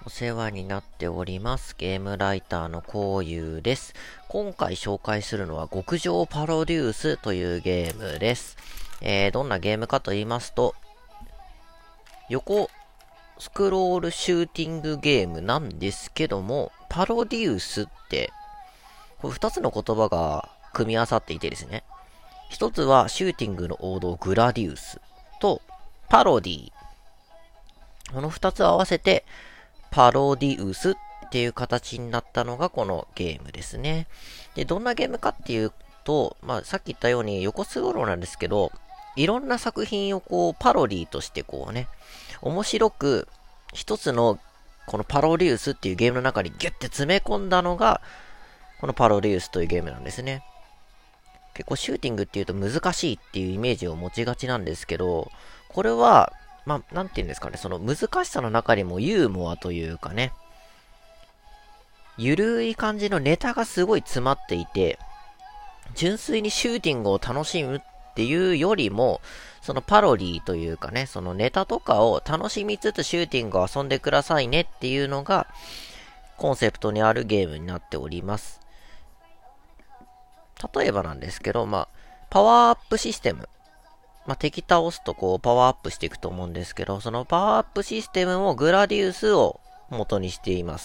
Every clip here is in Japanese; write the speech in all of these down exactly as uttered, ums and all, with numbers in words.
お世話になっております。ゲームライターのこうゆうです。今回紹介するのは極上パロデュースというゲームです。えー、どんなゲームかと言いますと、横スクロールシューティングゲームなんですけども、パロデュースって、これ二つの言葉が組み合わさっていてですね。一つはシューティングの王道グラディウスとパロディ。この二つを合わせてパロディウスっていう形になったのがこのゲームですね。で、どんなゲームかっていうと、まあさっき言ったように横スクロールなんですけど、いろんな作品をこうパロディとしてこうね、面白く一つのこのパロディウスっていうゲームの中にギュッて詰め込んだのがこのパロディウスというゲームなんですね。結構シューティングっていうと難しいっていうイメージを持ちがちなんですけど、これはまあ、なんて言うんですかね、その難しさの中にもユーモアというかね、ゆるい感じのネタがすごい詰まっていて、純粋にシューティングを楽しむっていうよりも、そのパロディというかね、そのネタとかを楽しみつつシューティングを遊んでくださいねっていうのが、コンセプトにあるゲームになっております。例えばなんですけど、まあ、パワーアップシステム。まあ、敵倒すとこうパワーアップしていくと思うんですけど、そのパワーアップシステムもグラディウスを元にしています。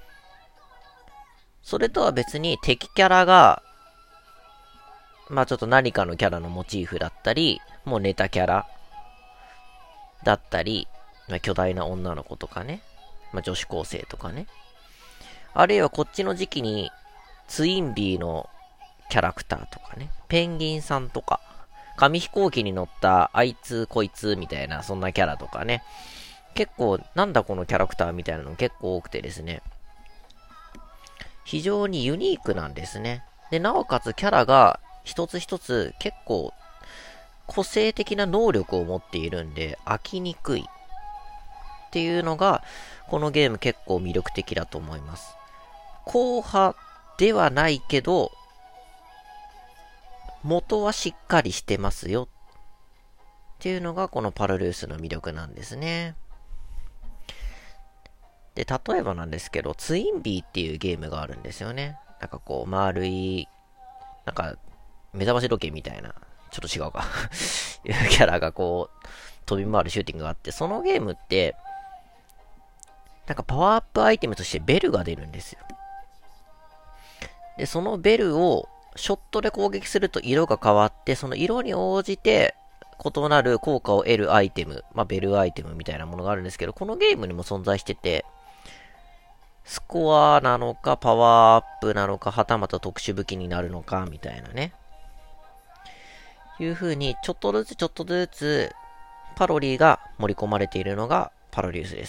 それとは別に敵キャラが、まあちょっと何かのキャラのモチーフだったり、もうネタキャラだったり、まあ、巨大な女の子とかね、まあ女子高生とかね。あるいはこっちの時期にツインビーのキャラクターとかね、ペンギンさんとか、紙飛行機に乗ったあいつこいつみたいなそんなキャラとかね。結構なんだこのキャラクターみたいなの結構多くてですね。非常にユニークなんですね。で、なおかつキャラが一つ一つ結構個性的な能力を持っているんで飽きにくいっていうのがこのゲーム結構魅力的だと思います。硬派ではないけど元はしっかりしてますよっていうのがこのパロデュースの魅力なんですね。で、例えばなんですけど、ツインビーっていうゲームがあるんですよね。なんかこう、丸い、なんか、目覚まし時計みたいな、ちょっと違うかキャラがこう、飛び回るシューティングがあって、そのゲームって、なんかパワーアップアイテムとしてベルが出るんですよ。で、そのベルを、ショットで攻撃すると色が変わって、その色に応じて異なる効果を得るアイテム、まあベルアイテムみたいなものがあるんですけど、このゲームにも存在してて、スコアなのかパワーアップなのか、はたまた特殊武器になるのかみたいなね。いう風にちょっとずつちょっとずつパロディが盛り込まれているのがパロデュースです。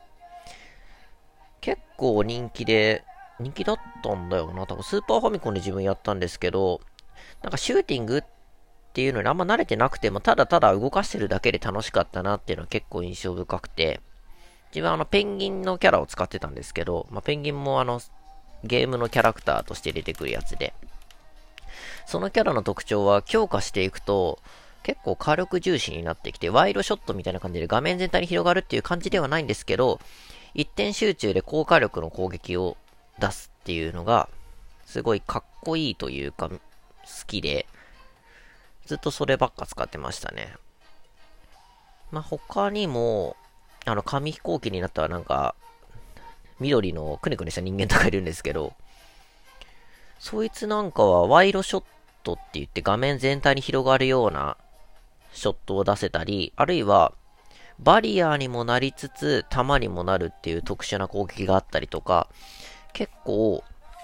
結構人気で、人気だったんだよな。多分スーパーファミコンで自分やったんですけど、なんかシューティングっていうのにあんま慣れてなくても、ただただ動かしてるだけで楽しかったなっていうのは結構印象深くて、自分はあのペンギンのキャラを使ってたんですけど、まあ、ペンギンもあのゲームのキャラクターとして出てくるやつで、そのキャラの特徴は強化していくと結構火力重視になってきて、ワイドショットみたいな感じで画面全体に広がるっていう感じではないんですけど、一点集中で高火力の攻撃を出すっていうのがすごいかっこいいというか好きで、ずっとそればっか使ってましたね。まあ、他にもあの紙飛行機になったらなんか緑のくねくねした人間とかいるんですけど、そいつなんかはワイドショットって言って画面全体に広がるようなショットを出せたり、あるいはバリアーにもなりつつ弾にもなるっていう特殊な攻撃があったりとか、結構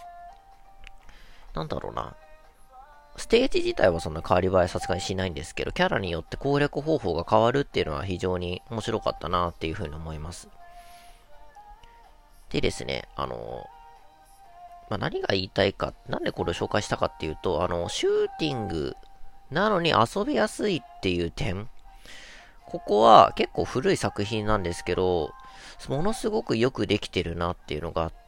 なんだろうな、ステージ自体はそんな変わり映えさすがにしないんですけど、キャラによって攻略方法が変わるっていうのは非常に面白かったなっていうふうに思います。でですね、あの、まあ、何が言いたいか、なんでこれを紹介したかっていうと、あの、シューティングなのに遊びやすいっていう点、ここは結構古い作品なんですけど、ものすごくよくできてるなっていうのがあって、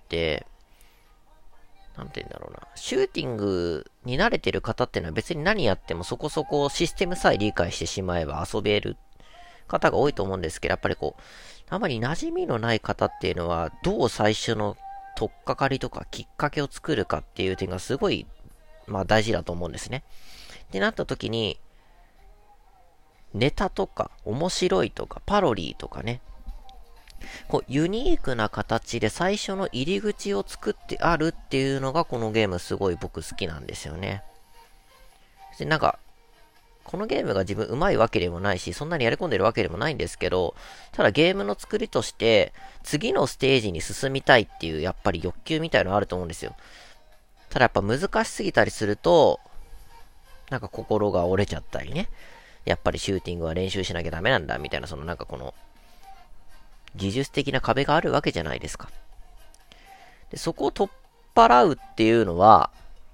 なんて言うんだろうな。シューティングに慣れてる方っていうのは別に何やってもそこそこシステムさえ理解してしまえば遊べる方が多いと思うんですけど、やっぱりこう、 あまり馴染みのない方っていうのは、どう最初の取っかかりとかきっかけを作るかっていう点がすごい、まあ大事だと思うんですね。ってなった時に、ネタとか、面白いとか、パロディとかね、こう、ユニークな形で最初の入り口を作ってあるっていうのが、このゲームすごい僕好きなんですよね。で、なんか、このゲームが自分上手いわけでもないし、そんなにやり込んでるわけでもないんですけど、ただゲームの作りとして、次のステージに進みたいっていう、やっぱり欲求みたいのあると思うんですよ。ただやっぱ難しすぎたりすると、なんか心が折れちゃったりね。やっぱりシューティングは練習しなきゃダメなんだ、みたいな、そのなんかこの、技術的な壁があるわけじゃないですか。で、そこを取っ払うっていうのは、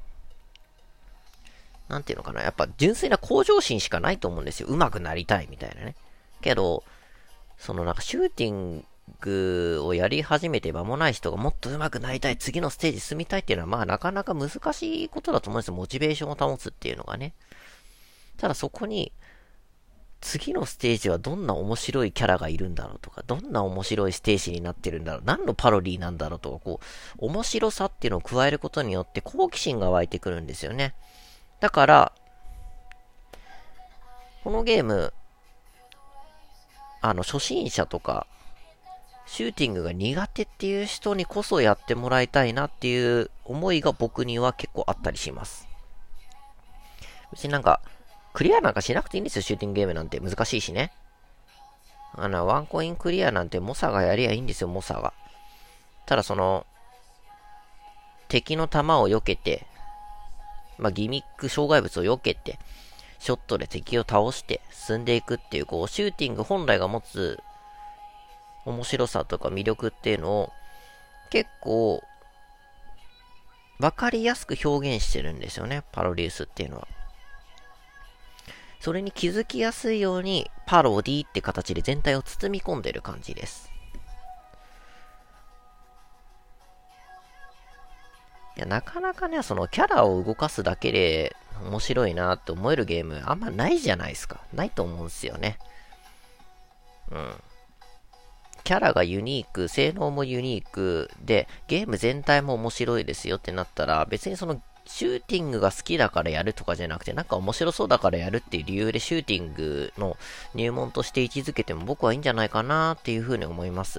なんていうのかな、やっぱ純粋な向上心しかないと思うんですよ。上手くなりたいみたいなね。けど、そのなんかシューティングをやり始めて間もない人がもっと上手くなりたい、次のステージ進みたいっていうのはまあなかなか難しいことだと思うんですよ。モチベーションを保つっていうのがね。ただそこに、次のステージはどんな面白いキャラがいるんだろうとか、どんな面白いステージになってるんだろう、何のパロディなんだろうとか、こう、面白さっていうのを加えることによって好奇心が湧いてくるんですよね。だから、このゲーム、あの、初心者とか、シューティングが苦手っていう人にこそやってもらいたいなっていう思いが僕には結構あったりします。別になんか、クリアなんかしなくていいんですよ、シューティングゲームなんて。難しいしね。あの、ワンコインクリアなんてモサがやりゃいいんですよ、モサが。ただその、敵の弾を避けて、まあ、ギミック障害物を避けて、ショットで敵を倒して進んでいくっていう、こう、シューティング本来が持つ面白さとか魅力っていうのを、結構、わかりやすく表現してるんですよね、パロディウスっていうのは。それに気づきやすいように、パロディって形で全体を包み込んでる感じです。いや、なかなかね、そのキャラを動かすだけで面白いなって思えるゲームあんまないじゃないですか。ないと思うんですよね。うん。キャラがユニーク、性能もユニークで、ゲーム全体も面白いですよってなったら、別にそのシューティングが好きだからやるとかじゃなくて、なんか面白そうだからやるっていう理由でシューティングの入門として位置づけても僕はいいんじゃないかなっていうふうに思います。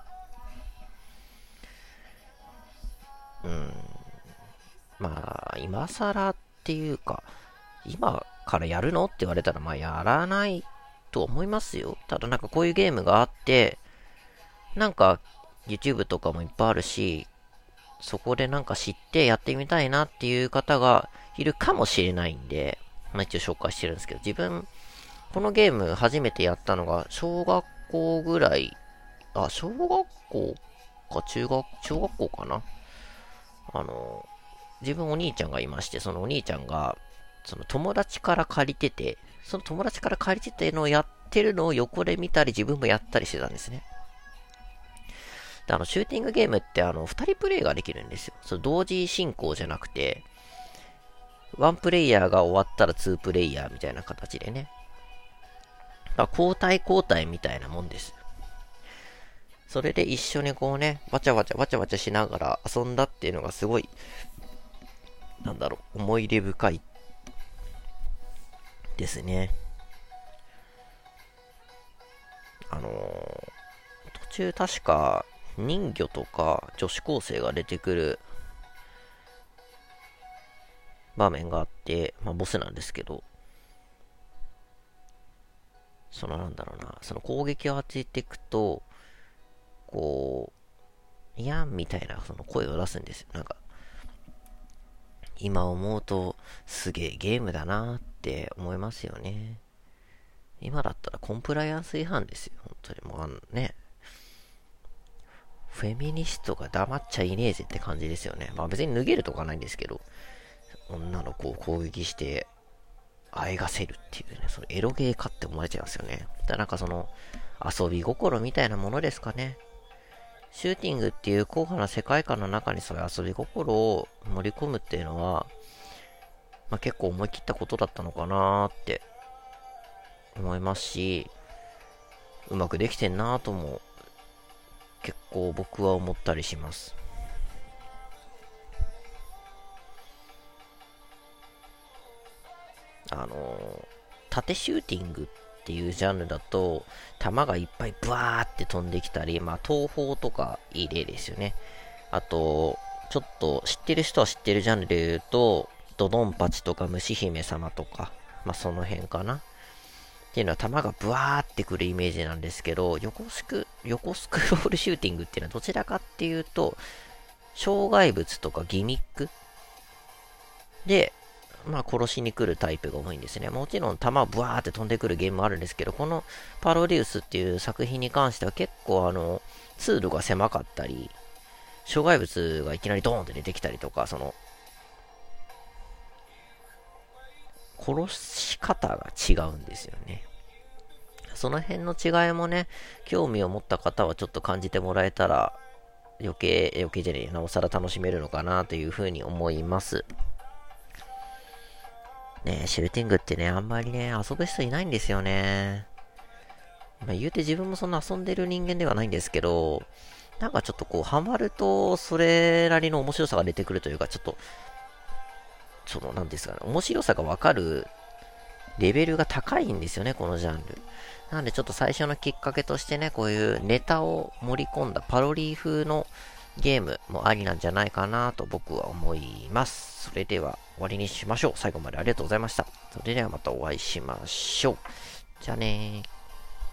うん。まあ、今更っていうか、今からやるのって言われたら、まあやらないと思いますよ。ただなんかこういうゲームがあって、なんか YouTube とかもいっぱいあるし、そこでなんか知ってやってみたいなっていう方がいるかもしれないんで、まあ一応紹介してるんですけど、自分、このゲーム初めてやったのが小学校ぐらい、あ、小学校か中学、小学校かな。あの、自分お兄ちゃんがいまして、そのお兄ちゃんが、その友達から借りてて、その友達から借りててのをやってるのを横で見たり自分もやったりしてたんですね。で、あの、シューティングゲームってあの、二人プレイができるんですよ。その同時進行じゃなくて、ワンプレイヤーが終わったらツープレイヤーみたいな形でね。だから交代交代みたいなもんです。それで一緒にこうね、わちゃわちゃわちゃわちゃしながら遊んだっていうのがすごい、なんだろう、思い出深いですね。あのー、途中確か人魚とか女子高生が出てくる場面があって、まあボスなんですけど、そのなんだろうな、その攻撃を当てていくと、こう、いやんみたいなその声を出すんですよ。なんか、今思うとすげえゲームだなって思いますよね。今だったらコンプライアンス違反ですよ。本当にもうあのね、フェミニストが黙っちゃいねえぜって感じですよね。まあ別に脱げるとかないんですけど、女の子を攻撃してあえがせるっていうね、そのエロゲーかって思われちゃいますよね。だからなんかその遊び心みたいなものですかね。シューティングっていう硬派な世界観の中にそういう遊び心を盛り込むっていうのは、まあ、結構思い切ったことだったのかなーって思いますし、うまくできてんなーとも構僕は思ったりします。あのー、縦シューティングっていうジャンルだと、弾がいっぱいブワーって飛んできたり、まあ、東宝とかいい例ですよね。あと、ちょっと知ってる人は知ってるジャンルで言うと、ドドンパチとか虫姫様とか、まあ、その辺かな。っていうのは弾がブワーってくるイメージなんですけど、横スク、横スクロールシューティングっていうのはどちらかっていうと、障害物とかギミックで、まあ殺しに来るタイプが多いんですね。もちろん弾ブワーって飛んでくるゲームもあるんですけど、このパロディウスっていう作品に関しては結構あの、通路が狭かったり、障害物がいきなりドーンって出てきたりとか、その、殺し方が違うんですよね。その辺の違いもね、興味を持った方はちょっと感じてもらえたら、余計、余計じゃねえ、なおさら楽しめるのかなというふうに思います。ねえ、シューティングってね、あんまりね、遊ぶ人いないんですよね。まあ、言うて自分もそんな遊んでる人間ではないんですけど、なんかちょっとこう、ハマると、それなりの面白さが出てくるというか、ちょっと、その、なんですかね、面白さがわかるレベルが高いんですよね、このジャンル。なんでちょっと最初のきっかけとしてね、こういうネタを盛り込んだパロリー風のゲームもありなんじゃないかなと僕は思います。それでは終わりにしましょう。最後までありがとうございました。それではまたお会いしましょう。じゃあねー。